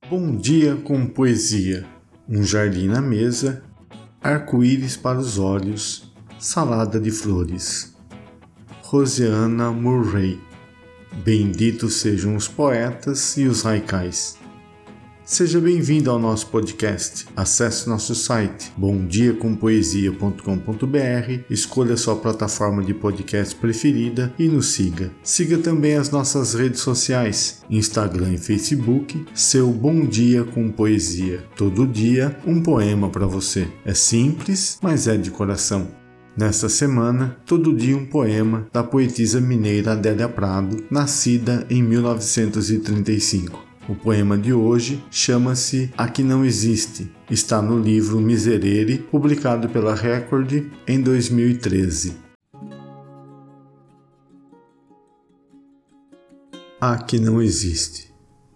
Bom dia com poesia, um jardim na mesa, arco-íris para os olhos, salada de flores. Rosianna Murray. Benditos sejam os poetas e os haikais. Seja bem-vindo ao nosso podcast. Acesse nosso site bomdiacompoesia.com.br, escolha sua plataforma de podcast preferida e nos siga. Siga também as nossas redes sociais, Instagram e Facebook, seu Bom Dia com Poesia. Todo dia um poema para você. É simples, mas é de coração. Nesta semana, todo dia um poema da poetisa mineira Adélia Prado, nascida em 1935. O poema de hoje chama-se A Que Não Existe. Está no livro Miserere, publicado pela Record em 2013. A Que Não Existe.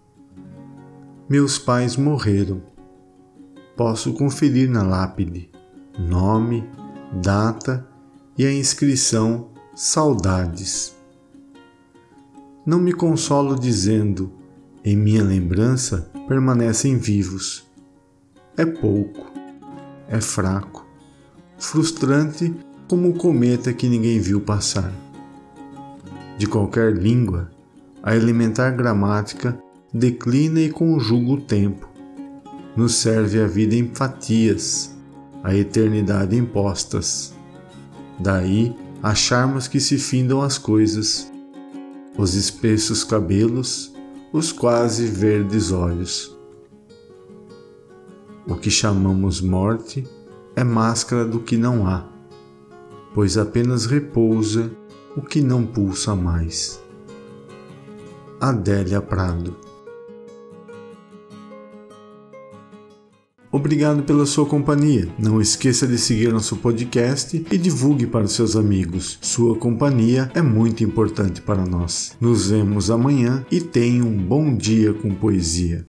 Meus pais morreram. Posso conferir na lápide nome, data e a inscrição Saudades. Não me consolo dizendo: em minha lembrança permanecem vivos. É pouco, é fraco, frustrante como o cometa que ninguém viu passar. De qualquer língua, a elementar gramática declina e conjuga o tempo. Nos serve a vida em fatias, a eternidade em postas. Daí acharmos que se findam as coisas, os espessos cabelos, os quase verdes olhos. O que chamamos morte é máscara do que não há, pois apenas repousa o que não pulsa mais. Adélia Prado. Obrigado pela sua companhia. Não esqueça de seguir nosso podcast e divulgue para os seus amigos. Sua companhia é muito importante para nós. Nos vemos amanhã e tenha um bom dia com poesia.